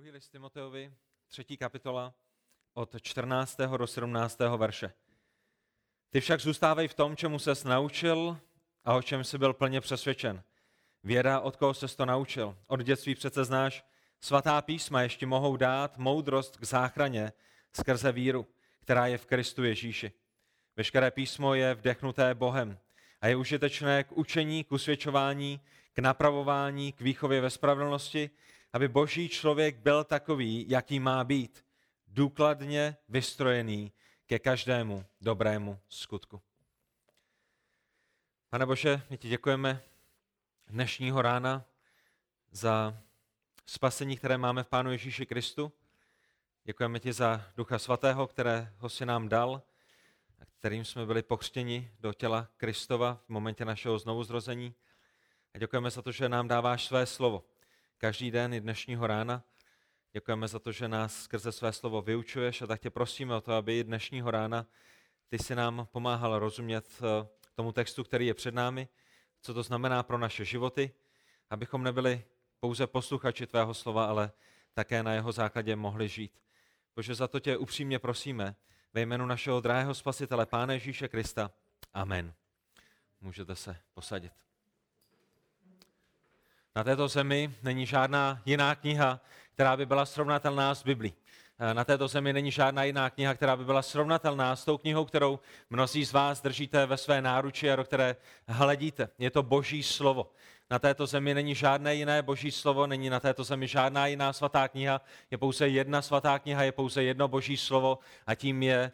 Druhý list Timoteovi, 3. kapitola, od 14. do 17. verše. Ty však zůstávej v tom, čemu ses naučil a o čem jsi byl plně přesvědčen. Věda, od koho ses to naučil. Od dětství přece znáš, svatá písma ještě mohou dát moudrost k záchraně skrze víru, která je v Kristu Ježíši. Veškeré písmo je vdechnuté Bohem a je užitečné k učení, k usvědčování, k napravování, k výchově ve spravedlnosti, aby boží člověk byl takový, jaký má být, důkladně vystrojený ke každému dobrému skutku. Pane Bože, my ti děkujeme dnešního rána za spasení, které máme v Pánu Ježíši Kristu. Děkujeme ti za Ducha Svatého, kterého si nám dal, a kterým jsme byli pokřtěni do těla Kristova v momentě našeho znovuzrození. A děkujeme za to, že nám dáváš své slovo každý den i dnešního rána. Děkujeme za to, že nás skrze své slovo vyučuješ, a tak tě prosíme o to, aby i dnešního rána ty si nám pomáhal rozumět tomu textu, který je před námi, co to znamená pro naše životy, abychom nebyli pouze posluchači tvého slova, ale také na jeho základě mohli žít. Bože, za to tě upřímně prosíme ve jménu našeho drahého Spasitele, Pána Ježíše Krista. Amen. Můžete se posadit. Na této zemi není žádná jiná kniha, která by byla srovnatelná s Biblí. Na této zemi není žádná jiná kniha, která by byla srovnatelná s tou knihou, kterou mnozí z vás držíte ve své náruči a do které hledíte. Je to Boží slovo. Na této zemi není žádné jiné Boží slovo, není na této zemi žádná jiná svatá kniha, je pouze jedna svatá kniha, je pouze jedno Boží slovo a tím je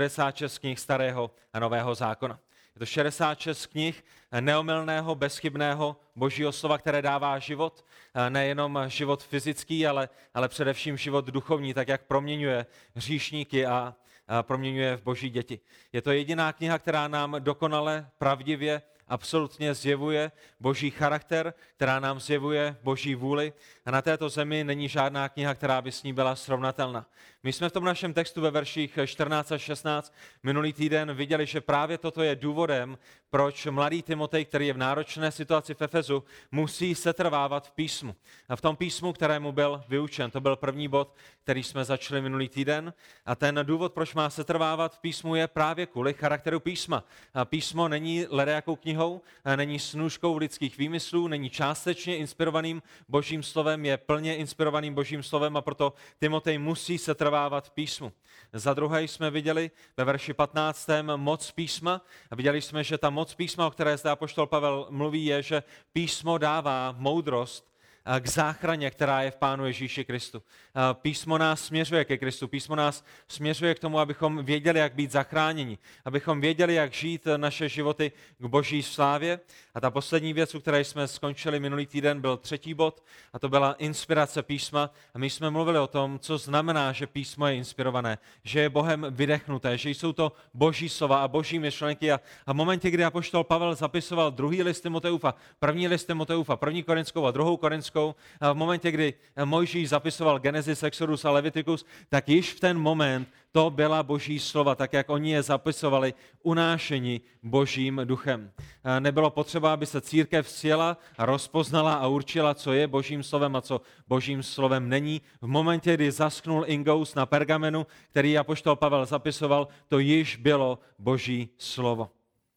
66 knih Starého a Nového zákona. Je to 66 knih neomylného, bezchybného Božího slova, které dává život, nejenom život fyzický, ale především život duchovní, tak jak proměňuje hříšníky a proměňuje v Boží děti. Je to jediná kniha, která nám dokonale, pravdivě, absolutně zjevuje Boží charakter, která nám zjevuje Boží vůli, a na této zemi není žádná kniha, která by s ní byla srovnatelná. My jsme v tom našem textu ve verších 14 až 16 minulý týden viděli, že právě toto je důvodem, proč mladý Timotej, který je v náročné situaci v Efezu, musí setrvávat v písmu. A v tom písmu, kterému byl vyučen. To byl první bod, který jsme začali minulý týden. A ten důvod, proč má setrvávat v písmu, je právě kvůli charakteru písma. A písmo není ledajakou knihou, není snůškou lidských výmyslů, není částečně inspirovaným Božím slovem, je plně inspirovaným Božím slovem, a proto Timotej musí setrvávat v písmu. Za druhé jsme viděli ve verši 15. moc písma a viděli jsme, že ta moc písma, o které zde apoštol Pavel mluví, je, že písmo dává moudrost k záchraně, která je v Pánu Ježíši Kristu. Písmo nás směřuje ke Kristu, písmo nás směřuje k tomu, abychom věděli, jak být zachráněni, abychom věděli, jak žít naše životy k Boží slávě. A ta poslední věc, u které jsme skončili minulý týden, byl třetí bod, a to byla inspirace písma. A my jsme mluvili o tom, co znamená, že písmo je inspirované, že je Bohem vydechnuté, že jsou to Boží slova a Boží myšlenky. A v momentě, kdy apoštol Pavel zapisoval druhý list Timoteův a první list Timoteův a první Korintskou a druhou Korintskou, a v momentě, kdy Mojžíš zapisoval Genesis, Exodus a Leviticus, tak již v ten moment to byla Boží slova, tak jak oni je zapisovali, unášeni Božím duchem. Nebylo potřeba, aby se církev sjela a rozpoznala a určila, co je Božím slovem a co Božím slovem není. V momentě, kdy zaschnul ingous na pergamenu, který apoštol Pavel zapisoval, to již bylo Boží slovo.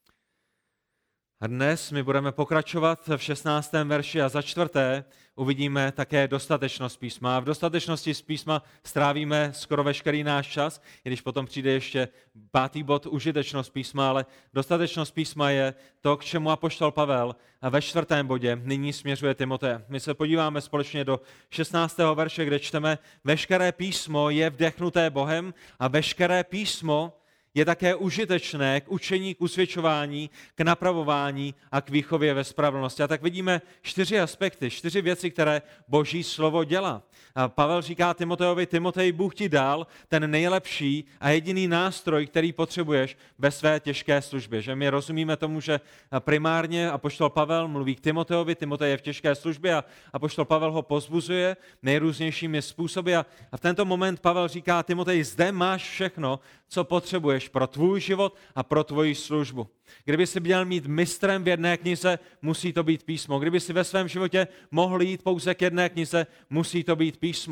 A dnes my budeme pokračovat v 16. verši a za čtvrté uvidíme také dostatečnost písma. A v dostatečnosti z písma strávíme skoro veškerý náš čas, i když potom přijde ještě 5. bod užitečnost písma, ale dostatečnost písma je to, k čemu apoštol Pavel a ve 4. bodě nyní směřuje Timoteje. My se podíváme společně do 16. verše, kde čteme: veškeré písmo je vdechnuté Bohem a veškeré písmo je také užitečné k učení, k usvědčování, k napravování a k výchově ve spravedlnosti. A tak vidíme 4 aspekty, 4 věci, které Boží slovo dělá. A Pavel říká Timotejovi: Timotej, Bůh ti dal ten nejlepší a jediný nástroj, který potřebuješ ve své těžké službě. Že my rozumíme tomu, že primárně apoštol Pavel mluví k Timotejovi, Timotej je v těžké službě a apoštol Pavel ho povzbuzuje nejrůznějšími způsoby. A v tento moment Pavel říká: Timotej, zde máš všechno, co potřebuješ pro tvůj život a pro tvoji službu. Kdyby si měl mít mistrem v jedné knize, musí to být písmo. Kdyby si ve svém životě mohl jít pouze k jedné knize, musí to být písmo.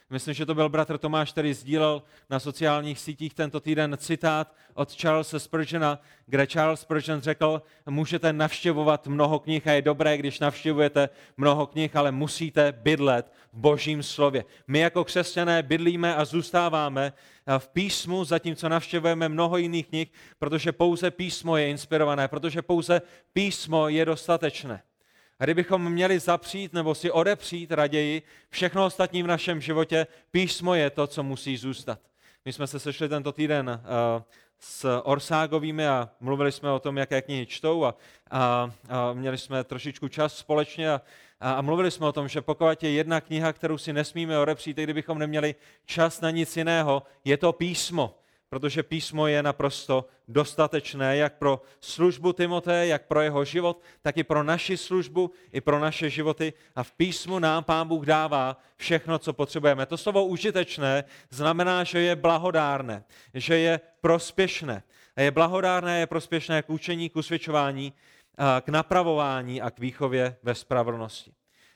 Myslím, že to byl bratr Tomáš, který sdílel na sociálních sítích tento týden citát od Charlesa Spurgeona, kde Charles Spurgeon řekl, můžete navštěvovat mnoho knih a je dobré, když navštěvujete mnoho knih, ale musíte bydlet v Božím slově. My jako křesťané bydlíme a zůstáváme v písmu, zatímco navštěvujeme mnoho jiných knih, protože pouze písmo je inspirované, protože pouze písmo je dostatečné. A kdybychom měli zapřít nebo si odepřít raději všechno ostatní v našem životě, písmo je to, co musí zůstat. My jsme se sešli tento týden s Orságovými a mluvili jsme o tom, jaké knihy čtou a měli jsme trošičku čas společně a mluvili jsme o tom, že pokud je jedna kniha, kterou si nesmíme odepřít, i kdybychom neměli čas na nic jiného, je to písmo. Protože písmo je naprosto dostatečné jak pro službu Timoteje, jak pro jeho život, tak i pro naši službu, i pro naše životy. A v písmu nám Pán Bůh dává všechno, co potřebujeme. To slovo užitečné znamená, že je blahodárné, že je prospěšné. A je blahodárné, je prospěšné k učení, k usvědčování, k napravování a k výchově ve spravedlnosti.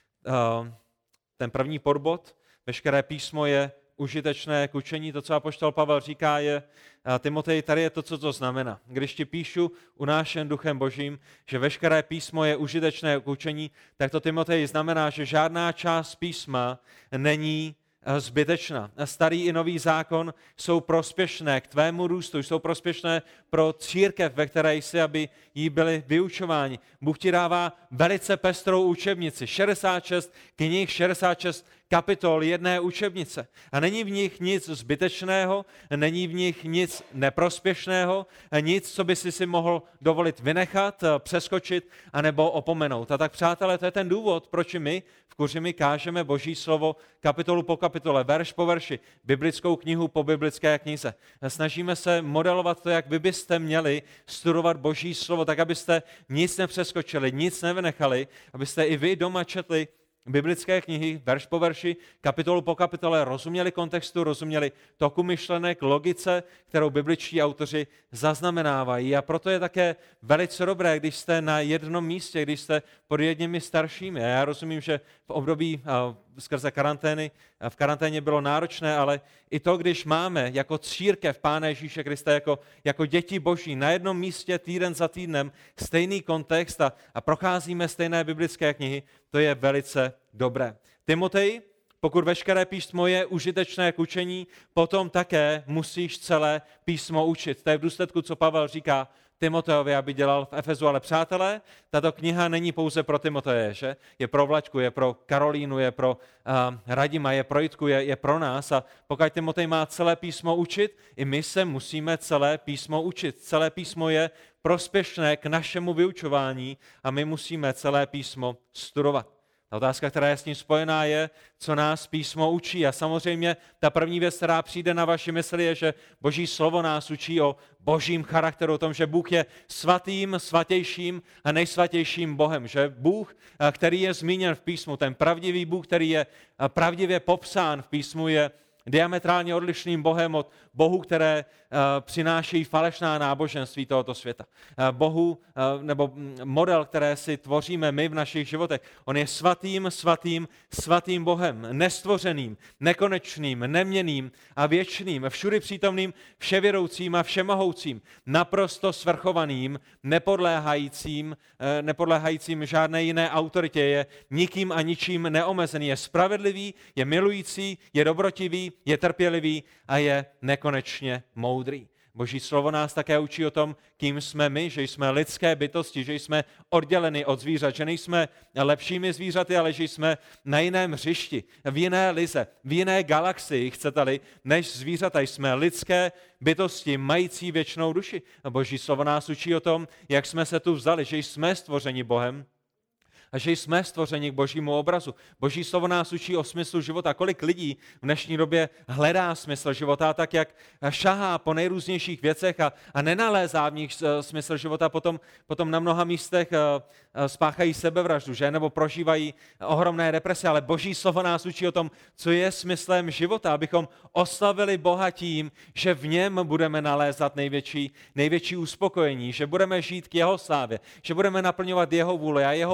Ten první podbod, veškeré písmo je užitečné k učení. To, co apoštol Pavel říká, je, Timotej, tady je to, co to znamená. Když ti píšu unášen duchem Božím, že veškeré písmo je užitečné k učení, tak to, Timotej, znamená, že žádná část písma není zbytečná. Starý i nový zákon jsou prospěšné k tvému růstu, jsou prospěšné pro církev, ve které jsi, aby jí byli vyučováni. Bůh ti dává velice pestrou učebnici, 66 knih, 66 kapitol jedné učebnice. A není v nich nic zbytečného, není v nich nic neprospěšného, nic, co by si mohl dovolit vynechat, přeskočit anebo opomenout. A tak, přátelé, to je ten důvod, proč my v Kuřimi kážeme Boží slovo kapitolu po kapitole, verš po verši, biblickou knihu po biblické knize. Snažíme se modelovat to, jak vy byste měli studovat Boží slovo, tak abyste nic nepřeskočili, nic nevynechali, abyste i vy doma četli biblické knihy, verš po verši, kapitolu po kapitole, rozuměli kontextu, rozuměli toku myšlenek, logice, kterou bibličtí autoři zaznamenávají. A proto je také velice dobré, když jste na jednom místě, když jste pod jedněmi staršími. A já rozumím, že v období skrze karantény, v karanténě bylo náročné, ale i to, když máme jako církev Pána Ježíše Krista, jako děti Boží, na jednom místě týden za týdnem stejný kontext a procházíme stejné biblické knihy, to je velice dobré. Timotej, pokud veškeré písmo je užitečné k učení, potom také musíš celé písmo učit. To je v důsledku, co Pavel říká Timotejovi, aby dělal v Efezu. Ale přátelé, tato kniha není pouze pro Timoteje, že? Je pro Vlaďku, je pro Karolínu, je pro Radima, je pro Jitku, je pro nás. A pokud Timotej má celé písmo učit, i my se musíme celé písmo učit. Celé písmo je prospěšné k našemu vyučování a my musíme celé písmo studovat. Ta otázka, která je s tím spojená, je, co nás písmo učí. A samozřejmě ta první věc, která přijde na vaši mysli, je, že Boží slovo nás učí o Božím charakteru, o tom, že Bůh je svatým, svatějším a nejsvatějším Bohem. Že Bůh, který je zmíněn v písmu, ten pravdivý Bůh, který je pravdivě popsán v písmu, je diametrálně odlišným Bohem od bohů, které přinášejí falešná náboženství tohoto světa. Bohu nebo model, které si tvoříme my v našich životech. On je svatým Bohem, nestvořeným, nekonečným, neměnným a věčným, všudy přítomným, vševědoucím a všemohoucím, naprosto svrchovaným, nepodléhajícím žádné jiné autoritě, je nikým a ničím neomezený, je spravedlivý, je milující, je dobrotivý, je trpělivý a je nekonečně moudrý. Boží slovo nás také učí o tom, kým jsme my, že jsme lidské bytosti, že jsme odděleni od zvířat, že nejsme lepšími zvířaty, ale že jsme na jiném hřišti, v jiné lize, v jiné galaxii, chcete-li, než zvířata. Jsme lidské bytosti mající věčnou duši. Boží slovo nás učí o tom, jak jsme se tu vzali, že jsme stvořeni Bohem, a že jsme stvořeni k Božímu obrazu. Boží slovo nás učí o smyslu života. Kolik lidí v dnešní době hledá smysl života, tak jak šahá po nejrůznějších věcech a nenalézá v nich smysl života, potom na mnoha místech spáchají sebevraždu, že? Nebo prožívají ohromné deprese, ale Boží slovo nás učí o tom, co je smyslem života, abychom oslavili Boha tím, že v něm budeme nalézat největší uspokojení, že budeme žít k jeho slávě, že budeme naplňovat jeho vůli a jeho plány a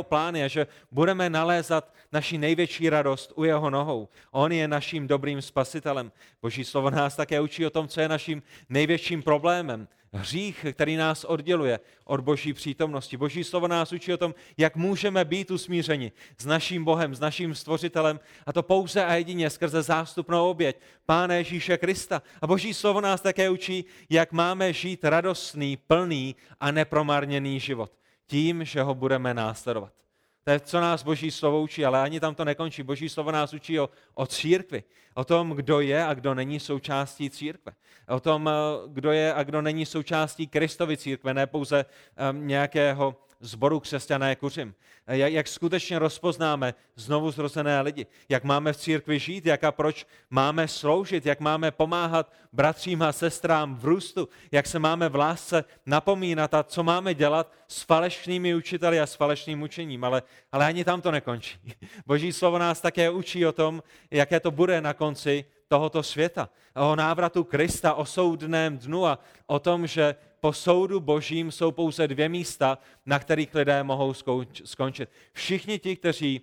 že budeme nalézat naši největší radost u jeho nohou. On je naším dobrým spasitelem. Boží slovo nás také učí o tom, co je naším největším problémem. Hřích, který nás odděluje od Boží přítomnosti. Boží slovo nás učí o tom, jak můžeme být usmířeni s naším Bohem, s naším Stvořitelem, a to pouze a jedině skrze zástupnou oběť Pána Ježíše Krista. A Boží slovo nás také učí, jak máme žít radostný, plný a nepromarněný život. Tím, že ho budeme následovat. To je, co nás Boží slovo učí, ale ani tam to nekončí. Boží slovo nás učí o církvi, o tom, kdo je a kdo není součástí církve. O tom, kdo je a kdo není součástí Kristovy církve, ne pouze nějakého sboru Křesťané kuřim. Jak skutečně rozpoznáme znovu zrozené lidi, jak máme v církvi žít, jak a proč máme sloužit, jak máme pomáhat bratřím a sestrám v růstu, jak se máme v lásce napomínat a co máme dělat s falešnými učiteli a s falešným učením. Ale ani tam to nekončí. Boží slovo nás také učí o tom, jaké to bude na konci tohoto světa. O návratu Krista, o soudném dnu a o tom, že po soudu Božím jsou pouze 2 místa, na kterých lidé mohou skončit. Všichni ti, kteří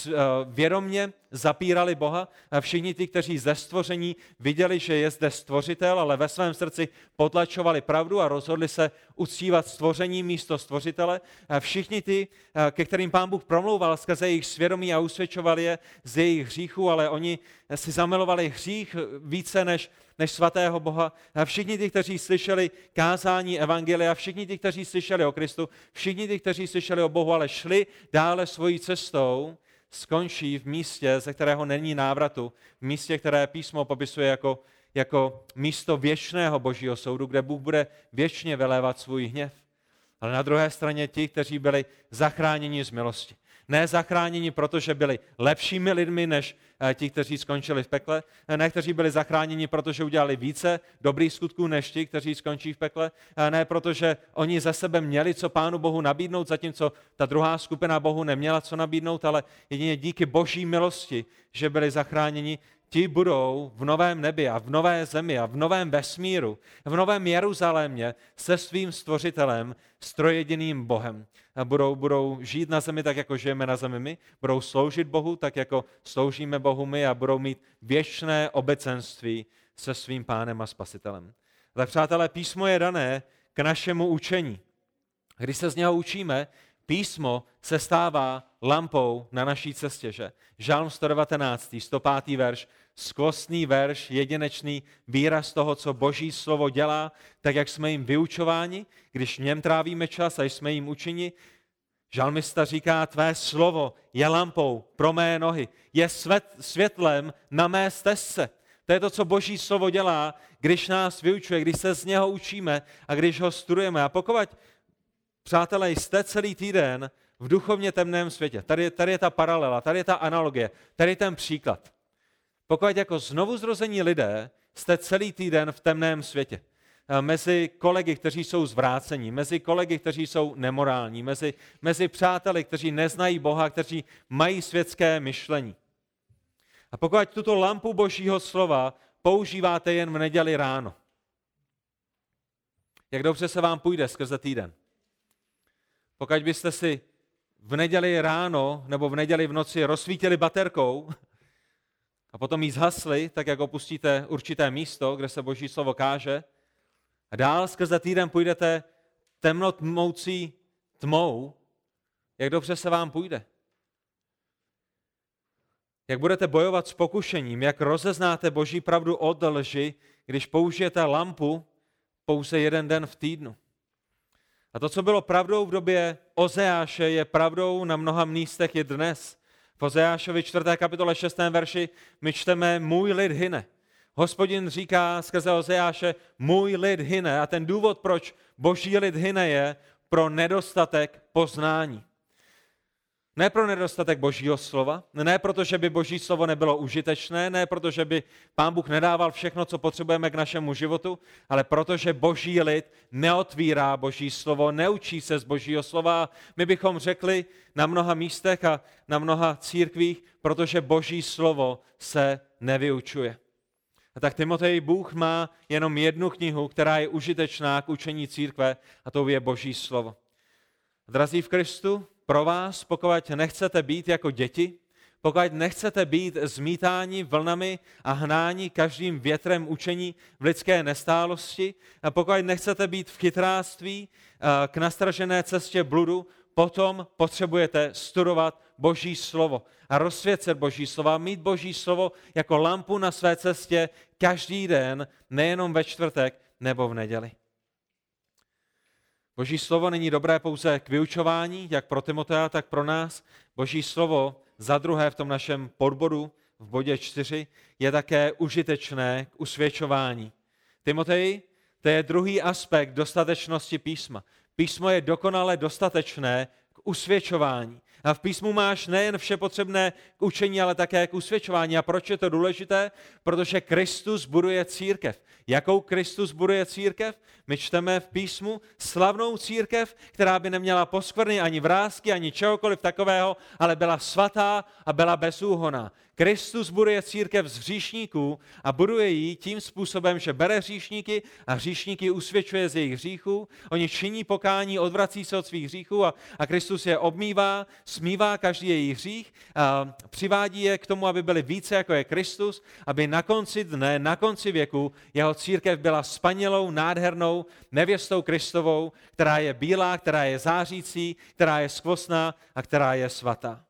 vědomě zapírali Boha, a všichni ti, kteří ze stvoření viděli, že je zde stvořitel, ale ve svém srdci potlačovali pravdu a rozhodli se uctívat stvoření místo stvořitele. A všichni ti, ke kterým Pán Bůh promlouval skrze jejich svědomí a usvědčoval je z jejich hříchů, ale oni si zamilovali hřích více než svatého Boha. A všichni ti, kteří slyšeli kázání evangelia, všichni ti, kteří slyšeli o Kristu, všichni ti, kteří slyšeli o Bohu, ale šli dále svojí cestou, skončí v místě, ze kterého není návratu, v místě, které písmo popisuje jako místo věčného Božího soudu, kde Bůh bude věčně vylévat svůj hněv. Ale na druhé straně ti, kteří byli zachráněni z milosti. Ne zachráněni, protože byli lepšími lidmi než ti, kteří skončili v pekle. Ne, kteří byli zachráněni, protože udělali více dobrých skutků než ti, kteří skončí v pekle. Ne, protože oni ze sebe měli co Pánu Bohu nabídnout, zatímco ta druhá skupina Bohu neměla co nabídnout, ale jedině díky Boží milosti, že byli zachráněni, ti budou v novém nebi a v nové zemi a v novém vesmíru, v novém Jeruzalémě se svým stvořitelem, s trojediným Bohem. A budou žít na zemi tak, jako žijeme na zemi my, budou sloužit Bohu tak, jako sloužíme Bohu my a budou mít věčné obecenství se svým Pánem a Spasitelem. Tak přátelé, písmo je dané k našemu učení. Když se z něho učíme, písmo se stává lampou na naší cestě, že? Žalm 119, 105. verš, skvostný verš, jedinečný výraz toho, co Boží slovo dělá, tak jak jsme jim vyučováni, když v něm trávíme čas a jsme jim učeni. Žalmista říká, tvé slovo je lampou pro mé nohy, je světlem na mé stezce. To je to, co Boží slovo dělá, když nás vyučuje, když se z něho učíme a když ho studujeme. A pokud, přátelé, jste celý týden v duchovně temném světě, tady je ta paralela, tady je ta analogie, tady je ten příklad. Pokud jako znovuzrození lidé jste celý týden v temném světě, mezi kolegy, kteří jsou zvrácení, mezi kolegy, kteří jsou nemorální, mezi přáteli, kteří neznají Boha, kteří mají světské myšlení. A pokud tuto lampu Božího slova používáte jen v neděli ráno, jak dobře se vám půjde skrze týden. Pokud byste si v neděli ráno nebo v neděli v noci rozsvítili baterkou a potom ji zhasli, tak jak opustíte určité místo, kde se Boží slovo káže, a dál skrze týden půjdete temnotmoucí tmou, jak dobře se vám půjde. Jak budete bojovat s pokušením, jak rozeznáte Boží pravdu od lži, když použijete lampu pouze jeden den v týdnu. A to, co bylo pravdou v době Ozeáše, je pravdou na mnoha místech i dnes. V Ozeášovi 4. kapitole 6. verši my čteme můj lid hyne. Hospodin říká skrze Ozeáše, můj lid hyne. A ten důvod, proč Boží lid hyne, je pro nedostatek poznání. Ne pro nedostatek Božího slova, ne proto, že by Boží slovo nebylo užitečné, ne proto, že by Pán Bůh nedával všechno, co potřebujeme k našemu životu, ale proto, že Boží lid neotvírá Boží slovo, neučí se z Božího slova. My bychom řekli na mnoha místech a na mnoha církvích, protože Boží slovo se nevyučuje. A tak Timotej, Bůh má jenom jednu knihu, která je užitečná k učení církve, a to je Boží slovo. Drazí v Kristu, pro vás, pokud nechcete být jako děti, pokud nechcete být zmítáni vlnami a hnáni každým větrem učení v lidské nestálosti, a pokud nechcete být v chytráctví k nastražené cestě bludu, potom potřebujete studovat Boží slovo a rozsvěcet Boží slovo a mít Boží slovo jako lampu na své cestě každý den, nejenom ve čtvrtek nebo v neděli. Boží slovo není dobré pouze k vyučování, jak pro Timotea, tak pro nás. Boží slovo za druhé v tom našem podbodu, v bodě 4, je také užitečné k usvědčování. Timotej, to je druhý aspekt dostatečnosti písma. Písmo je dokonale dostatečné k usvědčování. A v písmu máš nejen vše potřebné k učení, ale také k usvědčování. A proč je to důležité? Protože Kristus buduje církev. Jakou Kristus buduje církev? My čteme v písmu slavnou církev, která by neměla poskvrny, ani vrásky, ani čehokoliv takového, ale byla svatá a byla bezúhonná. Kristus buduje církev z hříšníků a buduje ji tím způsobem, že bere hříšníky a hříšníky usvědčuje z jejich hříchů. Oni činí pokání, odvrací se od svých hříchů a Kristus je obmývá, smívá každý jejich hřích, a přivádí je k tomu, aby byli více jako je Kristus, aby na konci dne, na konci věku jeho církev byla spanilou, nádhernou nevěstou Kristovou, která je bílá, která je zářící, která je skvostná a která je svatá.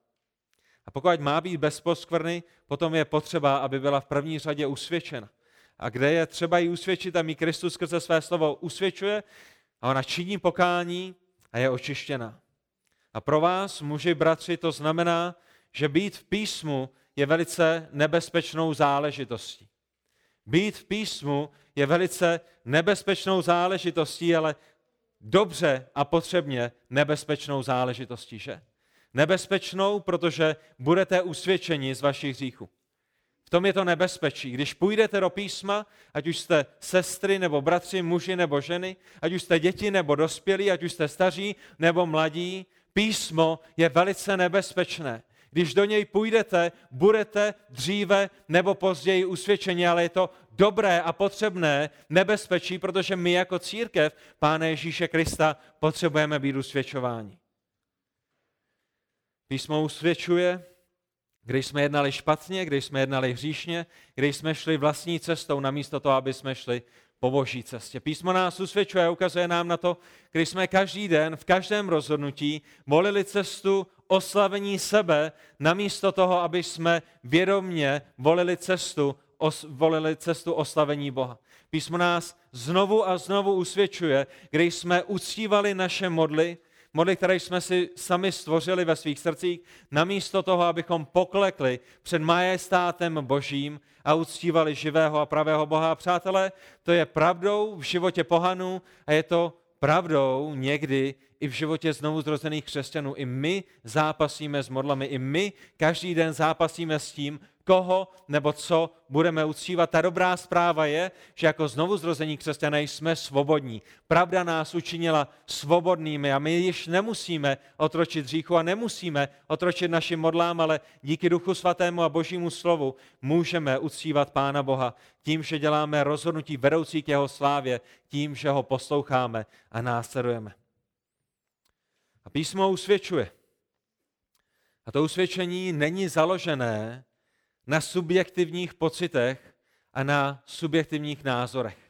A pokud má být bez poskvrny, potom je potřeba, aby byla v první řadě usvědčena. A kde je třeba ji usvědčit, tam ji Kristus skrze své slovo usvědčuje a ona činí pokání a je očištěna. A pro vás, muži, bratři, to znamená, že být v písmu je velice nebezpečnou záležitostí. Být v písmu je velice nebezpečnou záležitostí, ale dobře a potřebně nebezpečnou záležitostí, že? Nebezpečnou, protože budete usvědčeni z vašich hříchů. V tom je to nebezpečí. Když půjdete do písma, ať už jste sestry nebo bratři, muži nebo ženy, ať už jste děti nebo dospělí, ať už jste staří nebo mladí, písmo je velice nebezpečné. Když do něj půjdete, budete dříve nebo později usvědčeni, ale je to dobré a potřebné nebezpečí, protože my jako církev Pána Ježíše Krista potřebujeme být usvědčováni. Písmo usvědčuje, když jsme jednali špatně, když jsme jednali hříšně, když jsme šli vlastní cestou, namísto toho, aby jsme šli po Boží cestě. Písmo nás usvědčuje a ukazuje nám na to, když jsme každý den, v každém rozhodnutí volili cestu oslavení sebe, namísto toho, aby jsme vědomně volili cestu oslavení Boha. Písmo nás znovu a znovu usvědčuje, když jsme uctívali naše modly, které jsme si sami stvořili ve svých srdcích, namísto toho, abychom poklekli před majestátem Božím a uctívali živého a pravého Boha. Přátelé, to je pravdou v životě pohanů a je to pravdou někdy i v životě znovuzrozených křesťanů. I my zápasíme s modlami, i my každý den zápasíme s tím, koho nebo co budeme uctívat. Ta dobrá zpráva je, že jako znovuzrození křesťané jsme svobodní. Pravda nás učinila svobodnými a my již nemusíme otročit hříchu a nemusíme otročit našim modlám, ale díky Duchu Svatému a Božímu slovu můžeme uctívat Pána Boha tím, že děláme rozhodnutí vedoucí k jeho slávě, tím, že ho posloucháme a následujeme. A písmo usvědčuje. A to usvědčení není založené na subjektivních pocitech a na subjektivních názorech.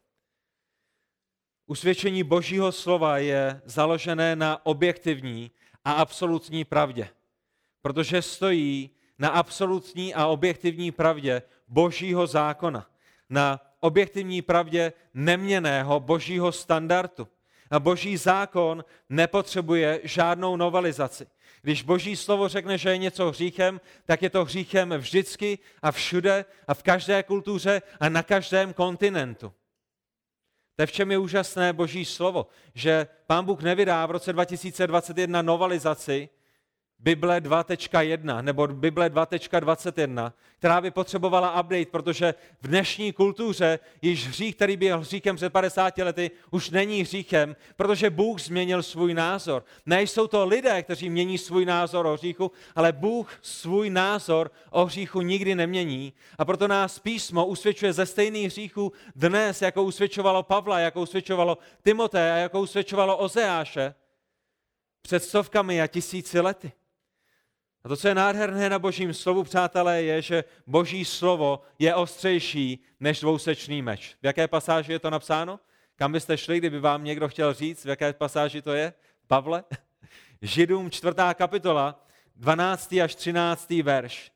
Usvědčení Božího slova je založené na objektivní a absolutní pravdě, protože stojí na absolutní a objektivní pravdě Božího zákona, na objektivní pravdě neměnného Božího standardu. A Boží zákon nepotřebuje žádnou novelizaci. Když Boží slovo řekne, že je něco hříchem, tak je to hříchem vždycky a všude a v každé kultuře a na každém kontinentu. To je v čem je úžasné Boží slovo, že Pán Bůh nevydá v roce 2021 novelizaci Bible 2.1 nebo Bible 2.21, která by potřebovala update, protože v dnešní kultuře již hřích, který byl hříchem před 50 lety, už není hříchem, protože Bůh změnil svůj názor. Nejsou to lidé, kteří mění svůj názor o hříchu, ale Bůh svůj názor o hříchu nikdy nemění. A proto nás písmo usvědčuje ze stejných hříchů dnes, jako usvědčovalo Pavla, jako usvědčovalo Timoteje a jako usvědčovalo Ozeáše. před stovkami a tisíci lety. A to, co je nádherné na Božím slovu, přátelé, je, že Boží slovo je ostřejší než dvousečný meč. V jaké pasáži je to napsáno? Kam byste šli, kdyby vám někdo chtěl říct, v jaké pasáži to je? Pavle? Židům 4. kapitola, 12. až 13. verš.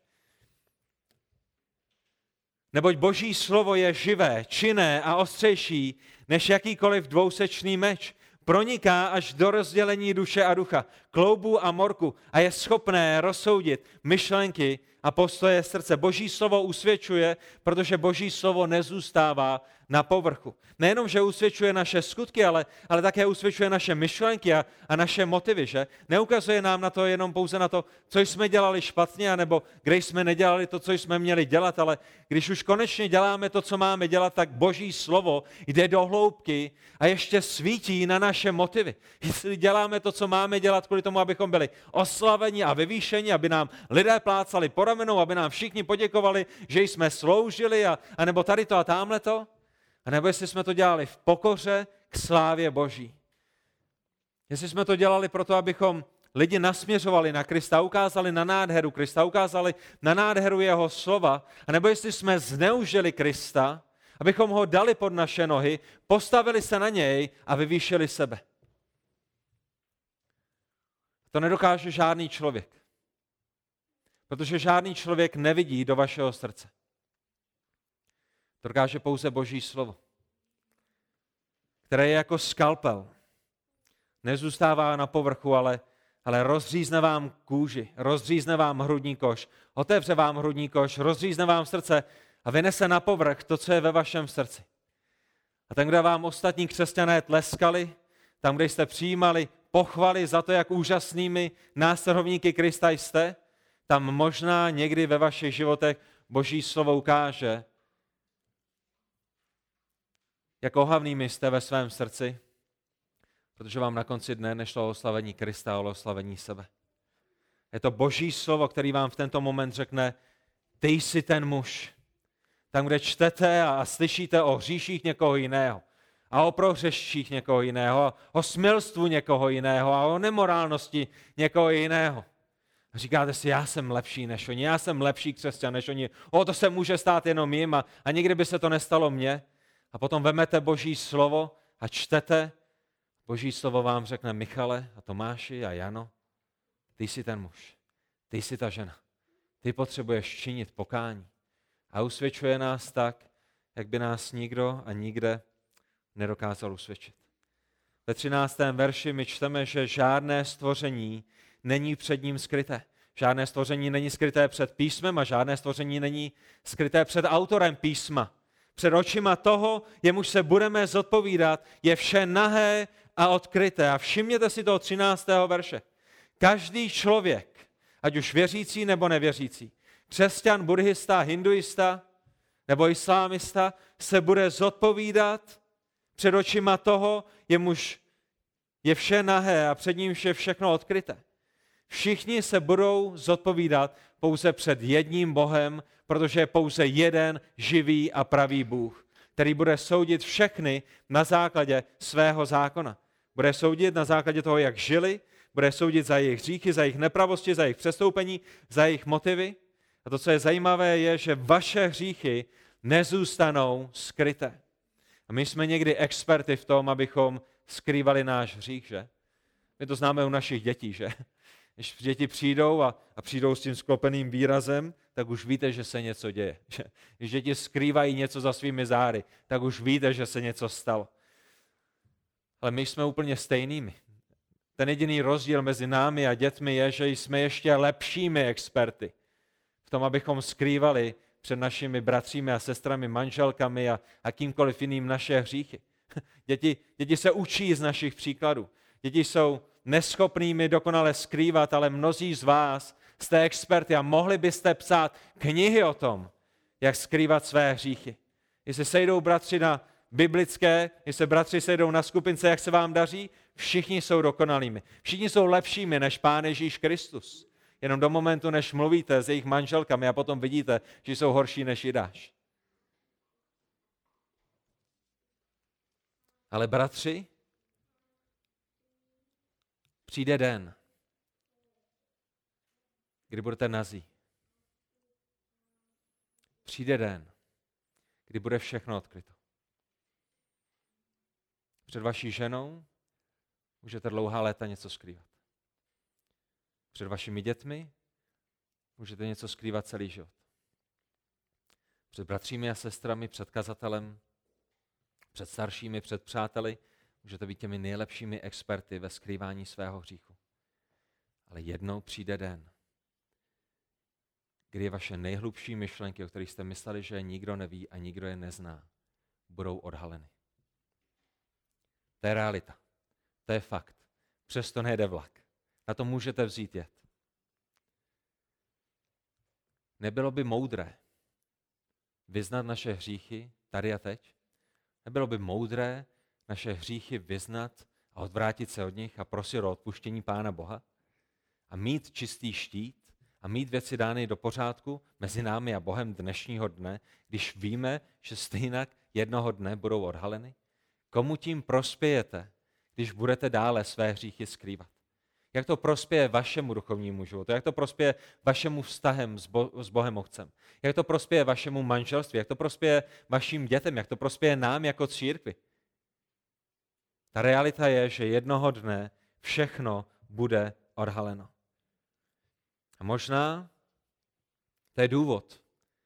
Neboť Boží slovo je živé, činné a ostřejší než jakýkoliv dvousečný meč. Proniká až do rozdělení duše a ducha, kloubů a morku a je schopné rozsoudit myšlenky a postoje srdce. Boží slovo usvědčuje, protože Boží slovo nezůstává na povrchu. Nejenom, že usvědčuje naše skutky, ale také usvědčuje naše myšlenky a naše motivy, že? Neukazuje nám na to jenom pouze na to, co jsme dělali špatně, anebo kde jsme nedělali to, co jsme měli dělat, ale když už konečně děláme to, co máme dělat, tak Boží slovo jde do hloubky a ještě svítí na naše motivy. Jestli děláme to, co máme dělat kvůli tomu, abychom byli oslaveni a vyvýšeni, aby nám lidé plácali po ramenou, aby nám všichni poděkovali, že jsme sloužili, a nebo tady to a támhle to, a nebo jestli jsme to dělali v pokoře k slávě Boží. Jestli jsme to dělali proto, abychom lidi nasměřovali na Krista, ukázali na nádheru Krista, ukázali na nádheru jeho slova, a nebo jestli jsme zneužili Krista, abychom ho dali pod naše nohy, postavili se na něj a vyvýšili sebe. To nedokáže žádný člověk, protože žádný člověk nevidí do vašeho srdce. To dokáže pouze Boží slovo, které je jako skalpel. Nezůstává na povrchu, ale rozřízne vám kůži, rozřízne vám hrudní koš, otevře vám hrudní koš, rozřízne vám srdce a vynese na povrch to, co je ve vašem srdci. A tam, kde vám ostatní křesťané tleskali, tam, kde jste přijímali pochvaly za to, jak úžasnými následovníky Krista jste, tam možná někdy ve vašich životech Boží slovo ukáže, jak ohavnými jste ve svém srdci, protože vám na konci dne nešlo o oslavení Krista, ale o oslavení sebe. Je to Boží slovo, který vám v tento moment řekne, ty jsi ten muž. Tam, kde čtete a slyšíte o hříších někoho jiného a o prohřeších někoho jiného, o smilstvu někoho jiného a o nemorálnosti někoho jiného. A říkáte si, já jsem lepší než oni, já jsem lepší křesťan než oni. To se může stát jenom jim a nikdy by se to nestalo mně. A potom vemete Boží slovo a čtete. Boží slovo vám řekne, Michale a Tomáši a Jano, ty jsi ten muž, ty jsi ta žena. Ty potřebuješ činit pokání. A usvědčuje nás tak, jak by nás nikdo a nikde nedokázal usvědčit. Ve 13. verši my čteme, že žádné stvoření není před ním skryté. Žádné stvoření není skryté před písmem a žádné stvoření není skryté před autorem písma. Před očima toho, jemuž se budeme zodpovídat, je vše nahé a odkryté. A všimněte si toho 13. verše. Každý člověk, ať už věřící nebo nevěřící, křesťan, buddhista, hinduista nebo islámista, se bude zodpovídat před očima toho, jemuž je vše nahé a před ním je všechno odkryté. Všichni se budou zodpovídat pouze před jedním Bohem, protože je pouze jeden živý a pravý Bůh, který bude soudit všechny na základě svého zákona. Bude soudit na základě toho, jak žili, bude soudit za jejich hříchy, za jejich nepravosti, za jejich přestoupení, za jejich motivy. A to, co je zajímavé, je, že vaše hříchy nezůstanou skryté. A my jsme někdy experty v tom, abychom skrývali náš hřích, že? My to známe u našich dětí, že? Když děti přijdou a přijdou s tím sklopeným výrazem, tak už víte, že se něco děje. Když děti skrývají něco za svými zády, tak už víte, že se něco stalo. Ale my jsme úplně stejnými. Ten jediný rozdíl mezi námi a dětmi je, že jsme ještě lepšími experty v tom, abychom skrývali před našimi bratřími a sestrami, manželkami a kýmkoliv jiným naše hříchy. Děti se učí z našich příkladů. Děti jsou neschopnými dokonale skrývat, ale mnozí z vás jste experti a mohli byste psát knihy o tom, jak skrývat své hříchy. Jestli sejdou bratři na biblické, jestli bratři sejdou na skupince, jak se vám daří, všichni jsou dokonalými. Všichni jsou lepšími než Pán Ježíš Kristus. Jenom do momentu, než mluvíte s jejich manželkami a potom vidíte, že jsou horší než Jidáš. Ale bratři, Přijde den, kdy budete nazí. Přijde den, kdy bude všechno odkryto. Před vaší ženou můžete dlouhá léta něco skrývat. Před vašimi dětmi můžete něco skrývat celý život. Před bratřími a sestrami, před kazatelem, před staršími, před přáteli můžete být těmi nejlepšími experty ve skrývání svého hříchu. Ale jednou přijde den, kdy vaše nejhlubší myšlenky, o kterých jste mysleli, že je nikdo neví a nikdo je nezná, budou odhaleny. To je realita. To je fakt. Přesto nejde vlak. Na to můžete vzít jet. Nebylo by moudré vyznat naše hříchy tady a teď? Nebylo by moudré naše hříchy vyznat a odvrátit se od nich a prosit o odpuštění Pána Boha? A mít čistý štít a mít věci dány do pořádku mezi námi a Bohem dnešního dne, když víme, že stejnak jednoho dne budou odhaleny? Komu tím prospějete, když budete dále své hříchy skrývat? Jak to prospěje vašemu duchovnímu životu? Jak to prospěje vašemu vztahem s Bohem Otcem? Jak to prospěje vašemu manželství? Jak to prospěje vašim dětem? Jak to prospěje nám jako církvi? Ta realita je, že jednoho dne všechno bude odhaleno. A možná to je důvod,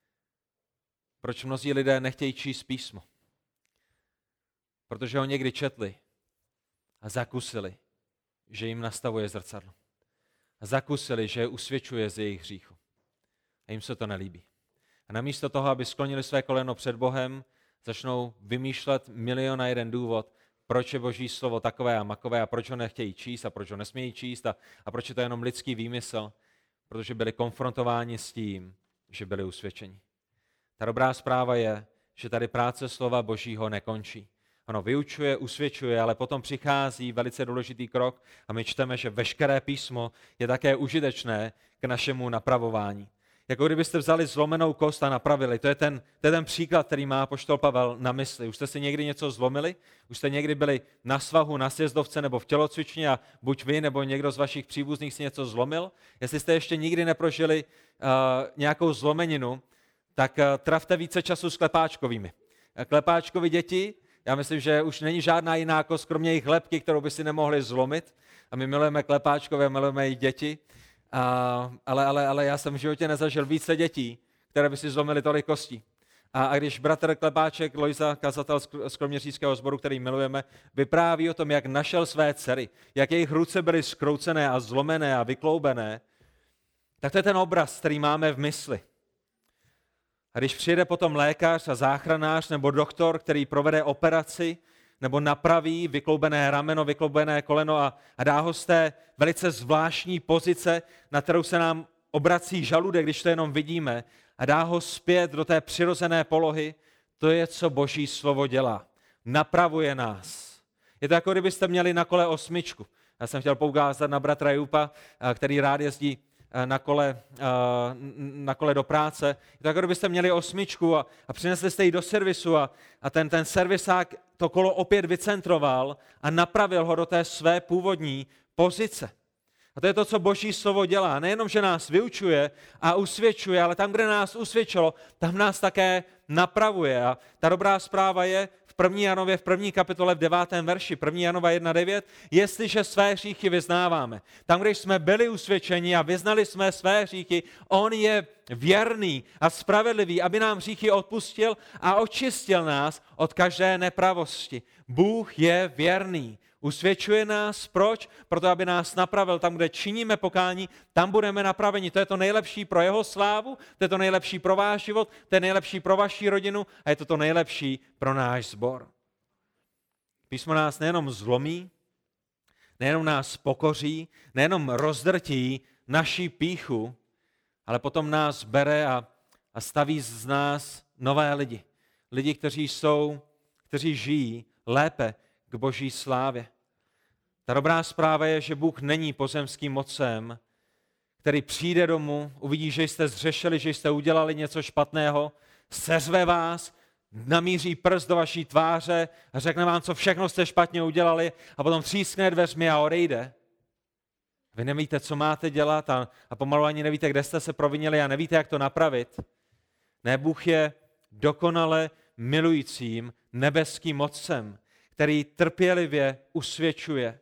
proč mnozí lidé nechtějí číst písmo. Protože ho někdy četli a zakusili, že jim nastavuje zrcadlo. A zakusili, že je usvědčuje z jejich hříchu. A jim se to nelíbí. A namísto toho, aby sklonili své koleno před Bohem, začnou vymýšlet milion a jeden důvod, proč je Boží slovo takové a makové a proč ho nechtějí číst a proč ho nesmějí číst a proč je to jenom lidský výmysl, protože byli konfrontováni s tím, že byli usvědčeni. Ta dobrá zpráva je, že tady práce slova Božího nekončí. Ono vyučuje, usvědčuje, ale potom přichází velice důležitý krok a my čteme, že veškeré písmo je také užitečné k našemu napravování. Jako kdybyste vzali zlomenou kost a napravili. To je ten příklad, který má apoštol Pavel na mysli. Už jste si někdy něco zlomili? Už jste někdy byli na svahu, na sjezdovce nebo v tělocvičně a buď vy nebo někdo z vašich příbuzných si něco zlomil? Jestli jste ještě nikdy neprožili nějakou zlomeninu, tak trávte více času s klepáčkovými. Klepáčkovi děti, já myslím, že už není žádná jiná kost, kromě jejich lebky, kterou by si nemohli zlomit. A my milujeme klepáčkové, milujeme i děti. Ale já jsem v životě nezažil více dětí, které by si zlomily tolik kostí. A když bratr Klepáček, Lojza, kazatel z kroměřížského sboru, který milujeme, vypráví o tom, jak našel své dcery, jak jejich ruce byly zkroucené a zlomené a vykloubené, tak to je ten obraz, který máme v mysli. A když přijde potom lékař a záchranář nebo doktor, který provede operaci, nebo napraví vykloubené rameno, vykloubené koleno a dá ho z té velice zvláštní pozice, na kterou se nám obrací žaludek, když to jenom vidíme, a dá ho zpět do té přirozené polohy, to je, co Boží slovo dělá. Napravuje nás. Je to jako kdybyste měli na kole 8. Já jsem chtěl poukázat na bratra Jupa, který rád jezdí na kole do práce. Je to jako kdybyste měli 8 a přinesli jste ji do servisu a ten servisák to kolo opět vycentroval a napravil ho do té své původní pozice. A to je to, co Boží slovo dělá. Nejenom, že nás vyučuje a usvědčuje, ale tam, kde nás usvědčilo, tam nás také napravuje. A ta dobrá zpráva je v 1. Janově, v 1. kapitole, v 9. verši, 1. Janova 1.9, jestliže své hříchy vyznáváme. Tam, kde jsme byli usvědčeni a vyznali jsme své hříchy, on je věrný a spravedlivý, aby nám hříchy odpustil a očistil nás od každé nepravosti. Bůh je věrný. Usvědčuje nás. Proč? Proto, aby nás napravil. Tam, kde činíme pokání, tam budeme napraveni. To je to nejlepší pro jeho slávu, to je to nejlepší pro váš život, to je nejlepší pro vaši rodinu a je to nejlepší pro náš sbor. Písmo nás nejenom zlomí, nejenom nás pokoří, nejenom rozdrtí naši pýchu, ale potom nás bere a staví z nás nové lidi. Lidi, kteří žijí lépe k Boží slávě. Ta dobrá zpráva je, že Bůh není pozemským mocem, který přijde domů, uvidí, že jste zřešili, že jste udělali něco špatného, seřve vás, namíří prst do vaší tváře a řekne vám, co všechno jste špatně udělali a potom třískne dveřmi a odejde. Vy nevíte, co máte dělat a pomalu ani nevíte, kde jste se provinili a nevíte, jak to napravit. Ne, Bůh je dokonale milujícím nebeským Otcem, který trpělivě usvědčuje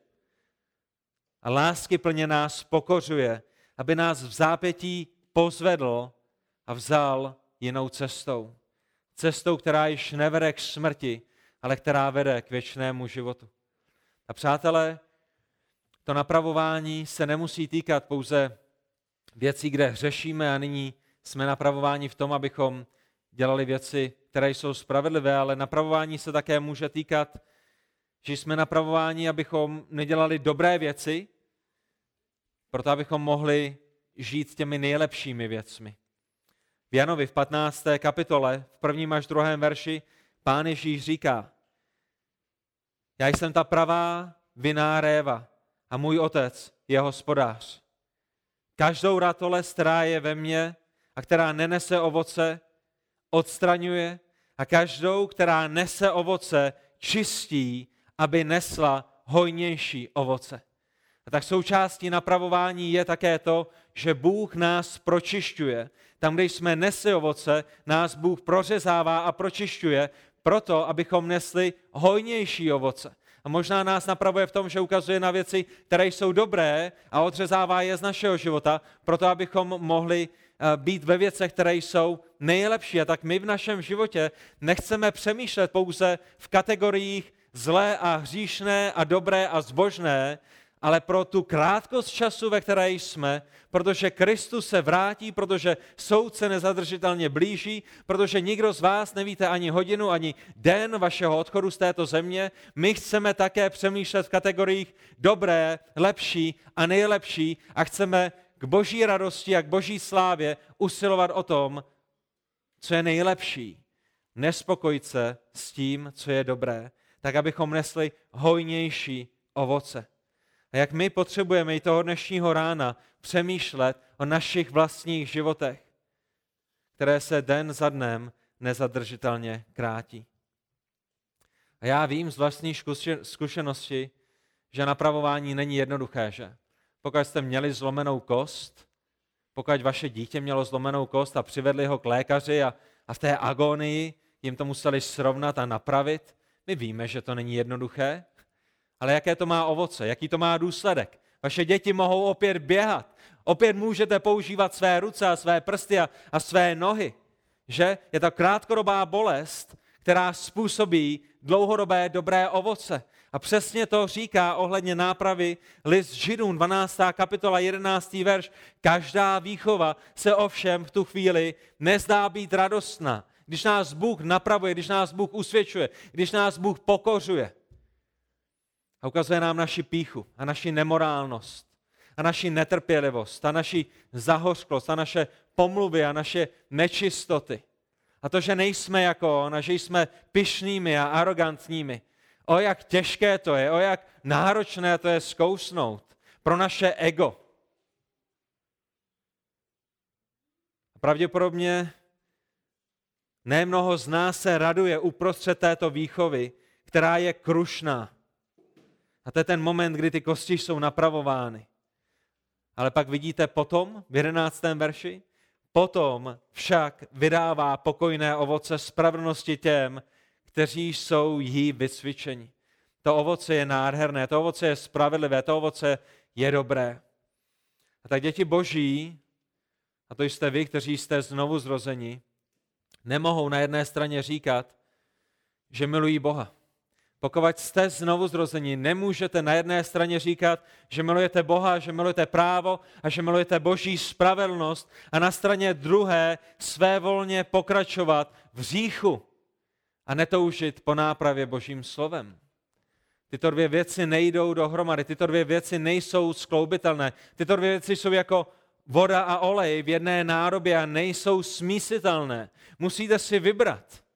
a láskyplně nás pokořuje, aby nás v zápětí pozvedl a vzal jinou cestou. Cestou, která již nevede k smrti, ale která vede k věčnému životu. A přátelé, to napravování se nemusí týkat pouze věcí, kde hřešíme a nyní jsme napravováni v tom, abychom dělali věci, které jsou spravedlivé, ale napravování se také může týkat, že jsme napravováni, abychom nedělali dobré věci, proto abychom mohli žít těmi nejlepšími věcmi. V Janovi v 15. kapitole, v 1. až 2. verši, Pán Ježíš říká: Já jsem ta pravá vinná réva a můj otec je hospodář. Každou ratolest, která je ve mně a která nenese ovoce, odstraňuje a každou, která nese ovoce, čistí, aby nesla hojnější ovoce. A tak součástí napravování je také to, že Bůh nás pročišťuje. Tam, kde jsme nesli ovoce, nás Bůh prořezává a pročišťuje proto, abychom nesli hojnější ovoce. A možná nás napravuje v tom, že ukazuje na věci, které jsou dobré a odřezává je z našeho života, proto abychom mohli být ve věcech, které jsou nejlepší. A tak my v našem životě nechceme přemýšlet pouze v kategoriích zlé a hříšné a dobré a zbožné, ale pro tu krátkost času, ve které jsme, protože Kristus se vrátí, protože soud se nezadržitelně blíží, protože nikdo z vás nevíte ani hodinu, ani den vašeho odchodu z této země, my chceme také přemýšlet v kategoriích dobré, lepší a nejlepší a chceme k boží radosti a k boží slávě usilovat o tom, co je nejlepší. Nespokojit se s tím, co je dobré, tak abychom nesli hojnější ovoce. A jak my potřebujeme i toho dnešního rána přemýšlet o našich vlastních životech, které se den za dnem nezadržitelně krátí. A já vím z vlastní zkušenosti, že napravování není jednoduché, že? Pokud jste měli zlomenou kost, pokud vaše dítě mělo zlomenou kost a přivedli ho k lékaři a v té agonii jim to museli srovnat a napravit, my víme, že to není jednoduché, ale jaké to má ovoce, jaký to má důsledek. Vaše děti mohou opět běhat, opět můžete používat své ruce a své prsty a své nohy. Že? Je to krátkodobá bolest, která způsobí dlouhodobé dobré ovoce. A přesně to říká ohledně nápravy list Židům, 12. kapitola, 11. verš. Každá výchova se ovšem v tu chvíli nezdá být radostná. Když nás Bůh napravuje, když nás Bůh usvědčuje, když nás Bůh pokořuje. A ukazuje nám naši pýchu a naši nemorálnost a naši netrpělivost a naši zahořklost a naše pomluvy a naše nečistoty. A to, že nejsme jako on a že jsme pyšnými a arrogantními. O jak těžké to je, o jak náročné to je zkousnout pro naše ego. A pravděpodobně nemnoho z nás se raduje uprostřed této výchovy, která je krušná. A to je ten moment, kdy ty kosti jsou napravovány. Ale pak vidíte potom, v 11. verši, potom však vydává pokojné ovoce spravedlnosti těm, kteří jsou jí vycvičeni. To ovoce je nádherné, to ovoce je spravedlivé, to ovoce je dobré. A tak děti boží, a to jste vy, kteří jste znovu zrozeni, nemohou na jedné straně říkat, že milují Boha. Pokud jste znovu zrozeni, nemůžete na jedné straně říkat, že milujete Boha, že milujete právo a že milujete boží spravedlnost a na straně druhé svévolně pokračovat v hříchu a netoužit po nápravě božím slovem. Tyto dvě věci nejdou dohromady, tyto dvě věci nejsou skloubitelné. Tyto dvě věci jsou jako voda a olej v jedné nádobě a nejsou smísitelné. Musíte si vybrat.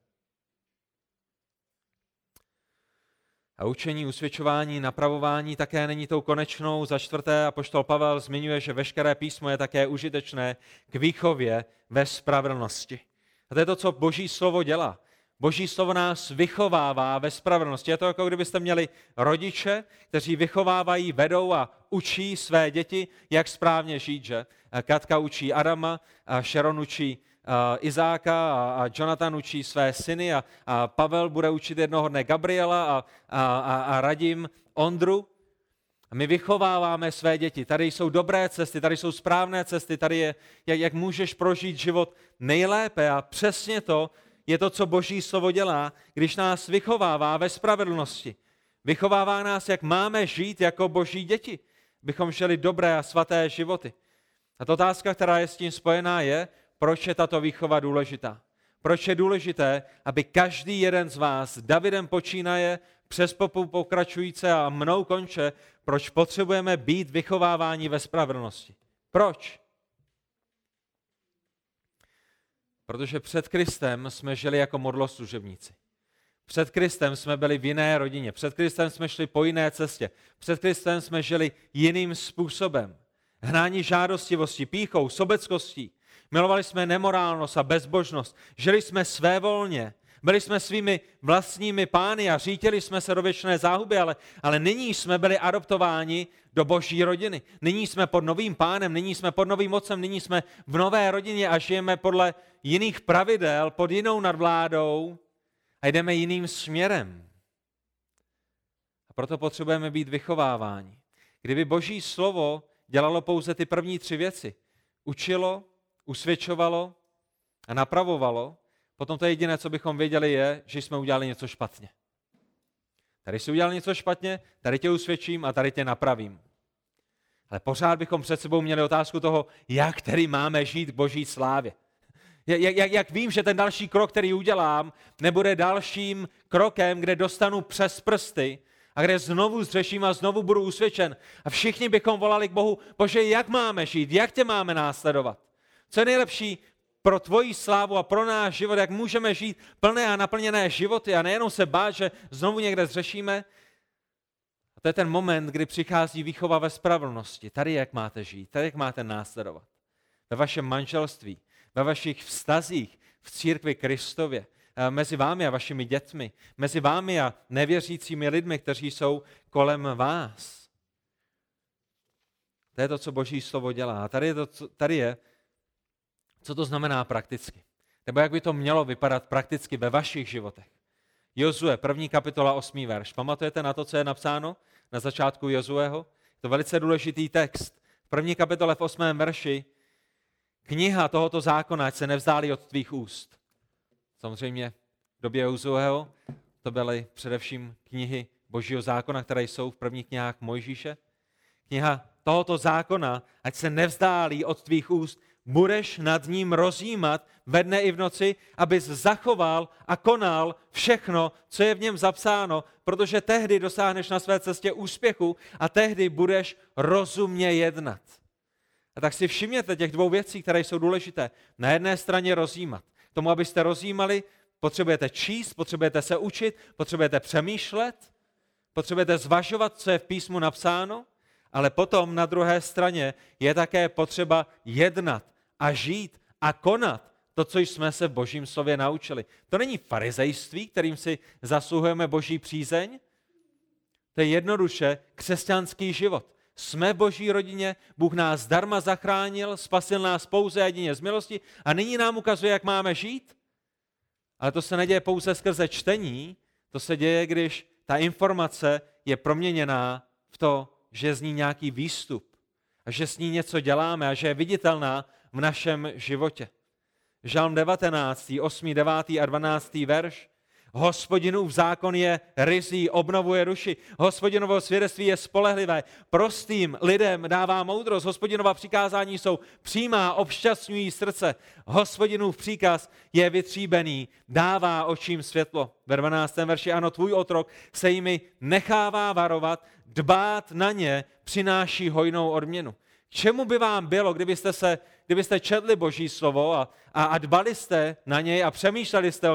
A učení, usvědčování, napravování také není tou konečnou. Za čtvrté apoštol Pavel zmiňuje, že veškeré písmo je také užitečné k výchově ve spravedlnosti. A to je to, co Boží slovo dělá. Boží slovo nás vychovává ve spravedlnosti. Je to, jako kdybyste měli rodiče, kteří vychovávají, vedou a učí své děti, jak správně žít, že? Katka učí Adama, a Sharon učí Izáka a Jonathan učí své syny a Pavel bude učit jednoho dne Gabriela a Radim Ondru. A my vychováváme své děti. Tady jsou dobré cesty, tady jsou správné cesty, tady je, jak můžeš prožít život nejlépe. A přesně to je to, co Boží slovo dělá, když nás vychovává ve spravedlnosti. Vychovává nás, jak máme žít jako Boží děti, bychom žili dobré a svaté životy. A ta otázka, která je s tím spojená, je, proč je tato výchova důležitá. Proč je důležité, aby každý jeden z vás, Davidem počínaje, přes Popu pokračujíce a mnou konče, proč potřebujeme být vychováváni ve spravedlnosti. Proč? Protože před Kristem jsme žili jako modloslužebníci. Před Kristem jsme byli v jiné rodině. Před Kristem jsme šli po jiné cestě. Před Kristem jsme žili jiným způsobem. Hnáni žádostivosti, pýchou, sobeckostí. Milovali jsme nemorálnost a bezbožnost. Žili jsme svévolně. Byli jsme svými vlastními pány a řítili jsme se do věčné záhuby, ale nyní jsme byli adoptováni do Boží rodiny. Nyní jsme pod novým pánem, nyní jsme pod novým otcem, nyní jsme v nové rodině a žijeme podle jiných pravidel, pod jinou nadvládou a jdeme jiným směrem. A proto potřebujeme být vychováváni. Kdyby Boží slovo dělalo pouze ty první 3 věci, učilo, usvědčovalo a napravovalo, potom to jediné, co bychom věděli, je, že jsme udělali něco špatně. Tady jsi udělal něco špatně, tady tě usvědčím a tady tě napravím. Ale pořád bychom před sebou měli otázku toho, jak tedy máme žít k Boží slávě. Jak vím, že ten další krok, který udělám, nebude dalším krokem, kde dostanu přes prsty a kde znovu zřeším a znovu budu usvědčen. A všichni bychom volali k Bohu, Bože, jak máme žít, jak tě máme následovat. Co je nejlepší pro tvoji slávu a pro náš život, jak můžeme žít plné a naplněné životy a nejenom se bát, že znovu někde zřešíme. A to je ten moment, kdy přichází výchova ve spravedlnosti. Tady jak máte žít, tady jak máte následovat. Ve vašem manželství, ve vašich vztazích v církvi Kristově, mezi vámi a vašimi dětmi, mezi vámi a nevěřícími lidmi, kteří jsou kolem vás. To je to, co Boží slovo dělá. A tady je, co to znamená prakticky. Nebo jak by to mělo vypadat prakticky ve vašich životech. Jozue, 1. kapitola, 8. verš. Pamatujete na to, co je napsáno na začátku Jozueho? Je to velice důležitý text. V 1. kapitole v 8. verši kniha tohoto zákona, ať se nevzdálí od tvých úst. Samozřejmě v době Jozueho to byly především knihy Božího zákona, které jsou v prvních knihách Mojžíše. Kniha tohoto zákona, ať se nevzdálí od tvých úst, budeš nad ním rozjímat ve dne i v noci, abys zachoval a konal všechno, co je v něm zapsáno, protože tehdy dosáhneš na své cestě úspěchu a tehdy budeš rozumně jednat. A tak si všimněte těch 2 věcí, které jsou důležité. Na jedné straně rozjímat. Tomu, abyste rozjímali, potřebujete číst, potřebujete se učit, potřebujete přemýšlet, potřebujete zvažovat, co je v písmu napsáno, ale potom na druhé straně je také potřeba jednat a žít a konat to, co jsme se v Božím slově naučili. To není farizejství, kterým si zasluhujeme Boží přízeň, to je jednoduše křesťanský život. Jsme v Boží rodině, Bůh nás zdarma zachránil, spasil nás pouze jedině z milosti a nyní nám ukazuje, jak máme žít. Ale to se neděje pouze skrze čtení, to se děje, když ta informace je proměněná v to, že z ní nějaký výstup a že s ní něco děláme a že je viditelná v našem životě. Žalm 19, 8, 9 a 12 verš. Hospodinův zákon je ryzí, obnovuje duši. Hospodinovo svědectví je spolehlivé. Prostým lidem dává moudrost. Hospodinova přikázání jsou přímá, obšťastňují srdce. Hospodinův příkaz je vytříbený, dává očím světlo. Ve 12. verši, ano, tvůj otrok se jimi nechává varovat, dbát na ně přináší hojnou odměnu. K čemu by vám bylo, kdybyste četli Boží slovo a dbali jste na něj a přemýšleli jste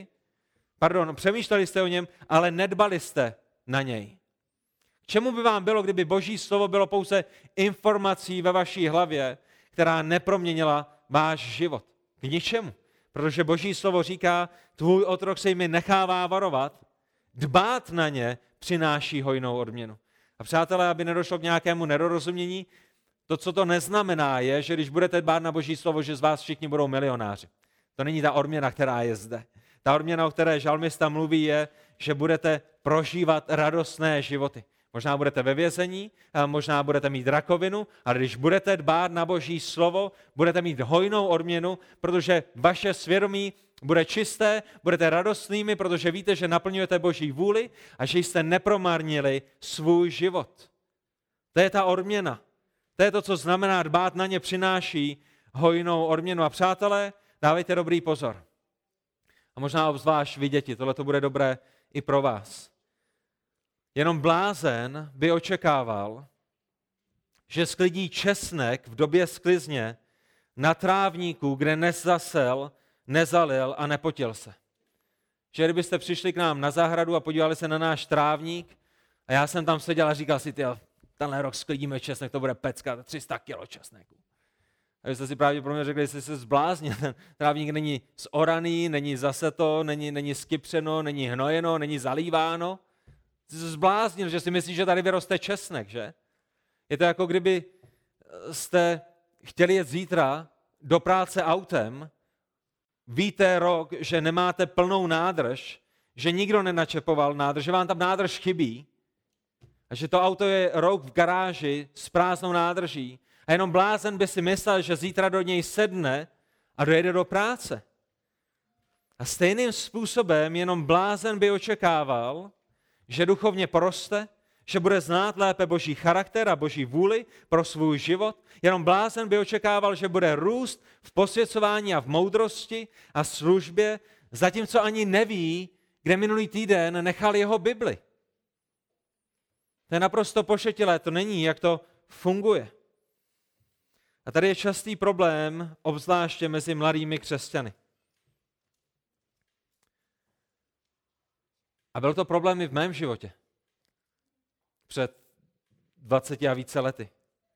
o něm, ale nedbali jste na něj. K čemu by vám bylo, kdyby Boží slovo bylo pouze informací ve vaší hlavě, která neproměnila váš život? K ničemu. Protože Boží slovo říká, tvůj otrok se jimi nechává varovat, dbát na ně přináší hojnou odměnu. A přátelé, aby nedošlo k nějakému nedorozumění, to, co to neznamená, je, že když budete dbát na Boží slovo, že z vás všichni budou milionáři. To není ta odměna, která je zde. Ta odměna, o které žalmista mluví, je, že budete prožívat radostné životy. Možná budete ve vězení, možná budete mít rakovinu, ale když budete dbát na Boží slovo, budete mít hojnou odměnu, protože vaše svědomí bude čisté, budete radostnými, protože víte, že naplňujete Boží vůli a že jste nepromarnili svůj život. To je ta odměna. To je to, co znamená dbát na ně, přináší hojnou odměnu. A přátelé, dávejte dobrý pozor. A možná obzvlášť vy děti, tohle to bude dobré i pro vás. Jenom blázen by očekával, že sklidí česnek v době sklizně na trávníku, kde nezasel, nezalil a nepotil se. Že kdybyste přišli k nám na zahradu a podívali se na náš trávník a já jsem tam seděl a říkal si, tenhle rok sklidíme česnek, to bude pecka, 300 kilo česneku. A vy jste si pravděpodobně řekli, jestli se zbláznil, ten trávník není zoraný, není zaseto, není skypřeno, není hnojeno, není zalíváno. Jsi se zbláznil, že si myslíš, že tady vyroste česnek, že? Je to jako kdyby jste chtěli jet zítra do práce autem, víte rok, že nemáte plnou nádrž, že nikdo nenačepoval nádrž, že vám tam nádrž chybí a že to auto je rok v garáži s prázdnou nádrží a jenom blázen by si myslel, že zítra do něj sedne a dojede do práce. A stejným způsobem jenom blázen by očekával, že duchovně poroste, že bude znát lépe Boží charakter a Boží vůli pro svůj život. Jenom blázen by očekával, že bude růst v posvěcování a v moudrosti a službě, zatímco ani neví, kde minulý týden nechal jeho Bibli. To je naprosto pošetilé, to není, jak to funguje. A tady je častý problém, obzvláště mezi mladými křesťany. A byl to problém i v mém životě. Před 20 a více lety.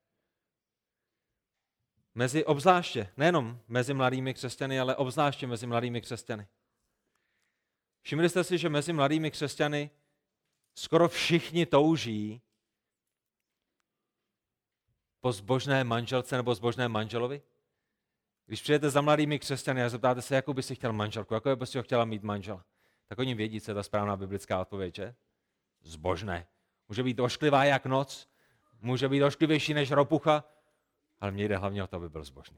Obzvláště, nejenom mezi mladými křesťany, ale obzvláště mezi mladými křesťany. Všimli jste si, že mezi mladými křesťany skoro všichni touží po zbožné manželce nebo zbožném manželovi? Když přijete za mladými křesťany a zeptáte se, jakou by si chtěl manželku, jakou by si ho chtěla mít manžela, tak oni vědí, co je ta správná biblická odpověď, že? Zbožné. Může být ošklivá jak noc, může být ošklivější než ropucha, ale mně jde hlavně o to, aby byl zbožný.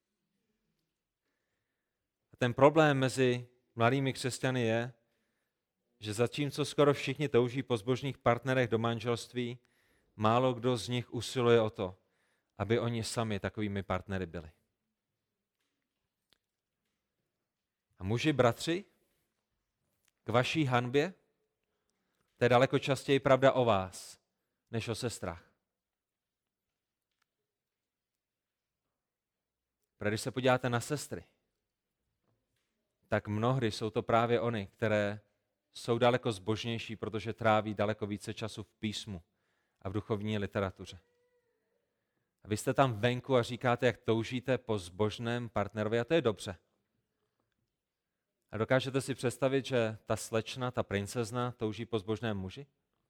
A ten problém mezi mladými křesťany je, že zatímco skoro všichni touží po zbožných partnerech do manželství, málo kdo z nich usiluje o to, aby oni sami takovými partnery byli. A muži, bratři, k vaší hanbě, to je daleko častěji pravda o vás, než o sestrách. Protože když se podíváte na sestry, tak mnohdy jsou to právě ony, které jsou daleko zbožnější, protože tráví daleko více času v písmu a v duchovní literatuře. A vy jste tam venku a říkáte, jak toužíte po zbožném partnerovi, a to je dobře. A dokážete si představit, že ta slečna, ta princezna touží po zbožném muži?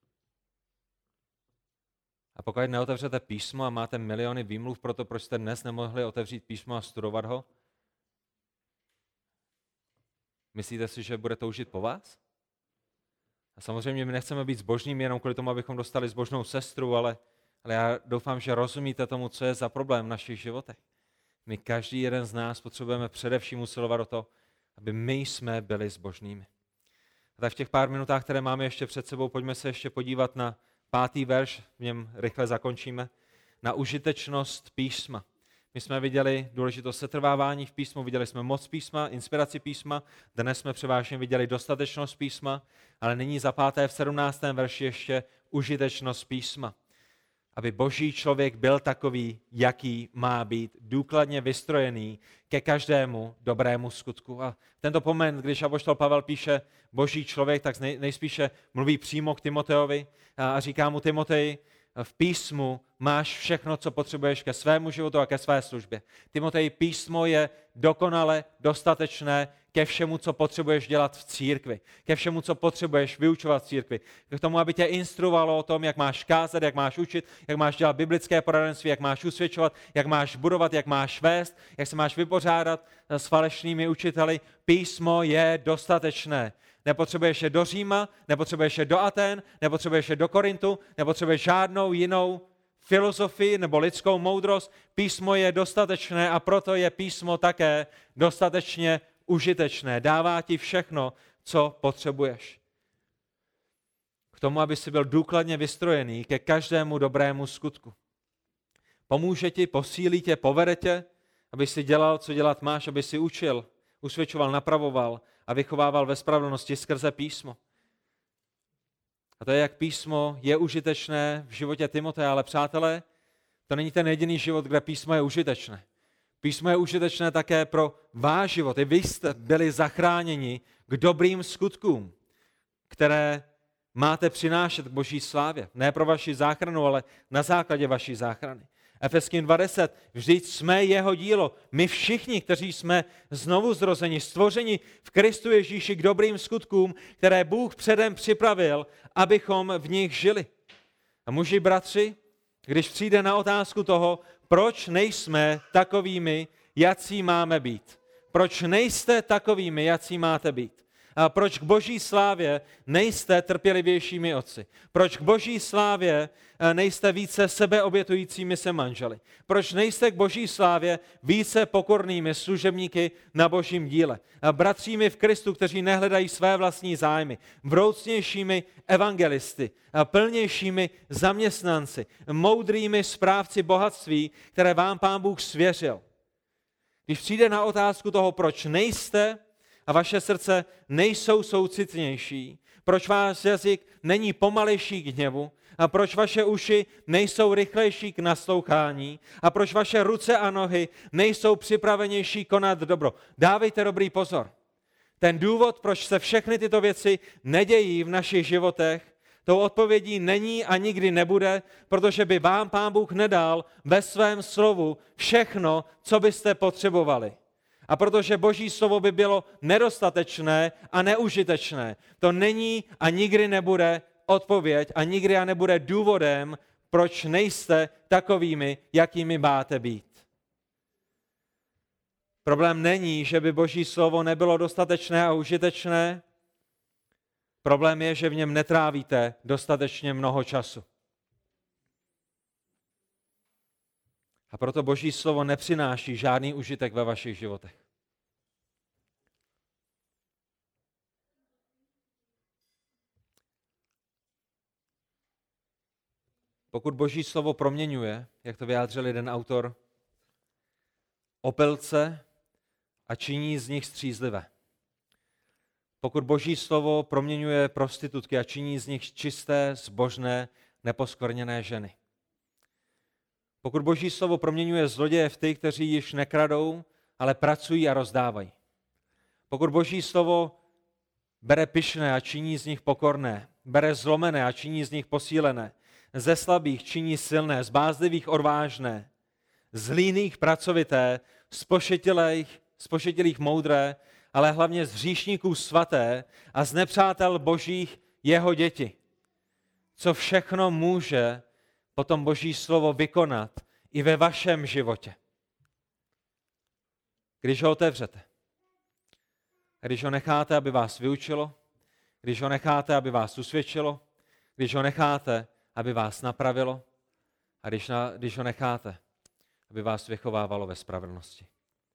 A pokud neotevřete písmo a máte miliony výmluv pro to, proč jste dnes nemohli otevřít písmo a studovat ho, myslíte si, že bude toužit po vás? A samozřejmě my nechceme být zbožnými jenom kvůli tomu, abychom dostali zbožnou sestru, ale já doufám, že rozumíte tomu, co je za problém v našich životech. My každý jeden z nás potřebujeme především usilovat o to, aby my jsme byli zbožnými. A tak v těch pár minutách, které máme ještě před sebou, pojďme se ještě podívat na 5. verš, v něm rychle zakončíme, na užitečnost písma. My jsme viděli důležitost setrvávání v písmu, viděli jsme moc písma, inspiraci písma, dnes jsme převážně viděli dostatečnost písma, ale nyní za 5. v 17. verši ještě užitečnost písma. Aby boží člověk byl takový, jaký má být, důkladně vystrojený ke každému dobrému skutku. A tento moment, když apoštol Pavel píše boží člověk, tak nejspíše mluví přímo k Timoteovi a říká mu: Timotej, v písmu máš všechno, co potřebuješ ke svému životu a ke své službě. Timotej, písmo je dokonale dostatečné ke všemu, co potřebuješ dělat v církvi, ke všemu, co potřebuješ vyučovat v církvi, k tomu, aby tě instruovalo o tom, jak máš kázat, jak máš učit, jak máš dělat biblické poradenství, jak máš usvědčovat, jak máš budovat, jak máš vést, jak se máš vypořádat s falešnými učiteli. Písmo je dostatečné. Nepotřebuješ je do Říma, nepotřebuješ je do Aten, nepotřebuješ je do Korintu, nepotřebuješ žádnou jinou filozofii nebo lidskou moudrost. Písmo je dostatečné a proto je písmo také dostatečně užitečné. Dává ti všechno, co potřebuješ. K tomu, aby si byl důkladně vystrojený ke každému dobrému skutku. Pomůže ti, posílí tě, povede tě, aby si dělal, co dělat máš, aby si učil, usvědčoval, napravoval a vychovával ve spravedlnosti skrze písmo. A to je, jak písmo je užitečné v životě Timoteje, ale přátelé, to není ten jediný život, kde písmo je užitečné. Písmo je užitečné také pro váš život. I vy jste byli zachráněni k dobrým skutkům, které máte přinášet k Boží slávě. Ne pro vaši záchranu, ale na základě vaší záchrany. Efeským 2.10. Vždyť jsme jeho dílo. My všichni, kteří jsme znovu zrozeni, stvořeni v Kristu Ježíši k dobrým skutkům, které Bůh předem připravil, abychom v nich žili. A muži, bratři, když přijde na otázku toho, proč nejsme takovými, jací máme být. Proč nejste takovými, jací máte být. A proč k Boží slávě nejste trpělivějšími otci? Proč k Boží slávě nejste více sebeobětujícími se manželi? Proč nejste k Boží slávě více pokornými služebníky na Božím díle? A bratřími v Kristu, kteří nehledají své vlastní zájmy, vroucnějšími evangelisty, a plnějšími zaměstnanci, moudrými správci bohatství, které vám Pán Bůh svěřil. Když přijde na otázku toho, proč nejste, a vaše srdce nejsou soucitnější, proč váš jazyk není pomalejší k hněvu, a proč vaše uši nejsou rychlejší k naslouchání, a proč vaše ruce a nohy nejsou připravenější konat dobro. Dávejte dobrý pozor. Ten důvod, proč se všechny tyto věci nedějí v našich životech, tou odpovědí není a nikdy nebude, protože by vám Pán Bůh nedal ve svém slovu všechno, co byste potřebovali. A protože Boží slovo by bylo nedostatečné a neužitečné, to není a nikdy nebude odpověď a nikdy a nebude důvodem, proč nejste takovými, jakými máte být. Problém není, že by Boží slovo nebylo dostatečné a užitečné. Problém je, že v něm netrávíte dostatečně mnoho času. A proto Boží slovo nepřináší žádný užitek ve vašich životech. Pokud Boží slovo proměňuje, jak to vyjádřil jeden autor, opilce a činí z nich střízlivé. Pokud Boží slovo proměňuje prostitutky a činí z nich čisté, zbožné, neposkvrněné ženy. Pokud Boží slovo proměňuje zloděje v ty, kteří již nekradou, ale pracují a rozdávají. Pokud Boží slovo bere pyšné a činí z nich pokorné, bere zlomené a činí z nich posílené, ze slabých činí silné, z bázlivých odvážné, z líných pracovité, z pošetilých moudré, ale hlavně z hříšníků svaté a z nepřátel božích jeho děti. Co všechno může potom Boží slovo vykonat i ve vašem životě. Když ho otevřete. Když ho necháte, aby vás vyučilo, když ho necháte, aby vás usvědčilo, když ho necháte, aby vás napravilo a když ho necháte, aby vás vychovávalo ve spravedlnosti.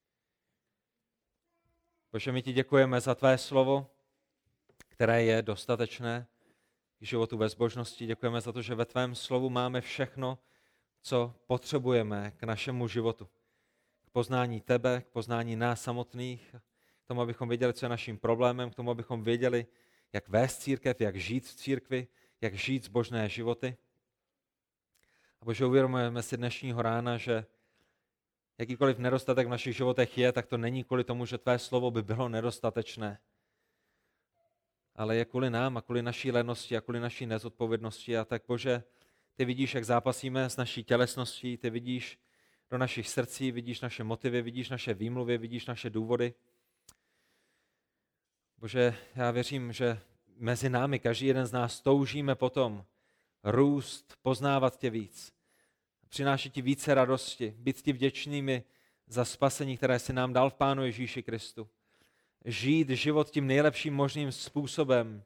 Bože, my ti děkujeme za tvé slovo, které je dostatečné k životu ve zbožnosti. Děkujeme za to, že ve tvém slovu máme všechno, co potřebujeme k našemu životu. K poznání tebe, k poznání nás samotných, k tomu, abychom věděli, co je naším problémem, k tomu, abychom věděli, jak vést církev, jak žít v církvi, jak žít zbožné životy. A Bože, uvědomujeme si dnešního rána, že jakýkoliv nedostatek v našich životech je, tak to není kvůli tomu, že tvé slovo by bylo nedostatečné. Ale je kvůli nám a kvůli naší lenosti a kvůli naší nezodpovědnosti. A tak Bože, Ty vidíš, jak zápasíme s naší tělesností, ty vidíš do našich srdcí, vidíš naše motivy, vidíš naše výmluvy, vidíš naše důvody. Bože, já věřím, že mezi námi, každý jeden z nás toužíme potom růst, poznávat tě víc, přinášet ti více radosti, být ti vděčnými za spasení, které jsi nám dal v Pánu Ježíši Kristu. Žít život tím nejlepším možným způsobem,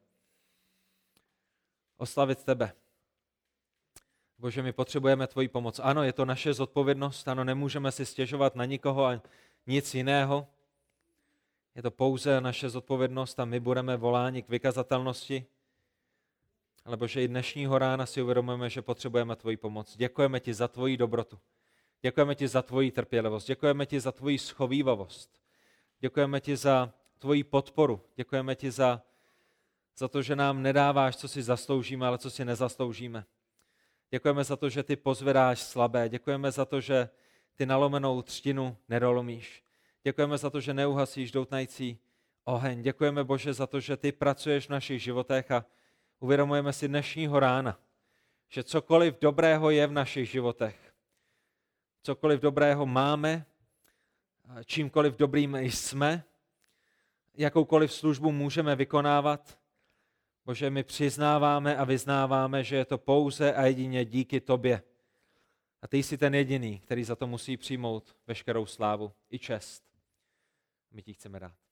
oslavit tebe. Bože, my potřebujeme tvoji pomoc. Ano, je to naše zodpovědnost, ano, nemůžeme si stěžovat na nikoho a nic jiného. Je to pouze naše zodpovědnost a my budeme voláni k vykazatelnosti. Ale Bože, i dnešního rána si uvědomujeme, že potřebujeme tvoji pomoc. Děkujeme ti za tvoji dobrotu. Děkujeme ti za tvoji trpělivost. Děkujeme ti za tvoji schovívavost. Děkujeme ti za tvoji podporu. Děkujeme ti za to, že nám nedáváš, co si zasloužíme, ale co si nezasloužíme. Děkujeme za to, že ty pozvedáš slabé. Děkujeme za to, že ty nalomenou třtinu nedolomíš. Děkujeme za to, že neuhasíš doutnající oheň. Děkujeme, Bože, za to, že ty pracuješ v našich životech a uvědomujeme si dnešního rána, že cokoliv dobrého je v našich životech, cokoliv dobrého máme, čímkoliv dobrým jsme, jakoukoliv službu můžeme vykonávat, Bože, my přiznáváme a vyznáváme, že je to pouze a jedině díky tobě. A ty jsi ten jediný, který za to musí přijmout veškerou slávu i čest. My ti chceme dát.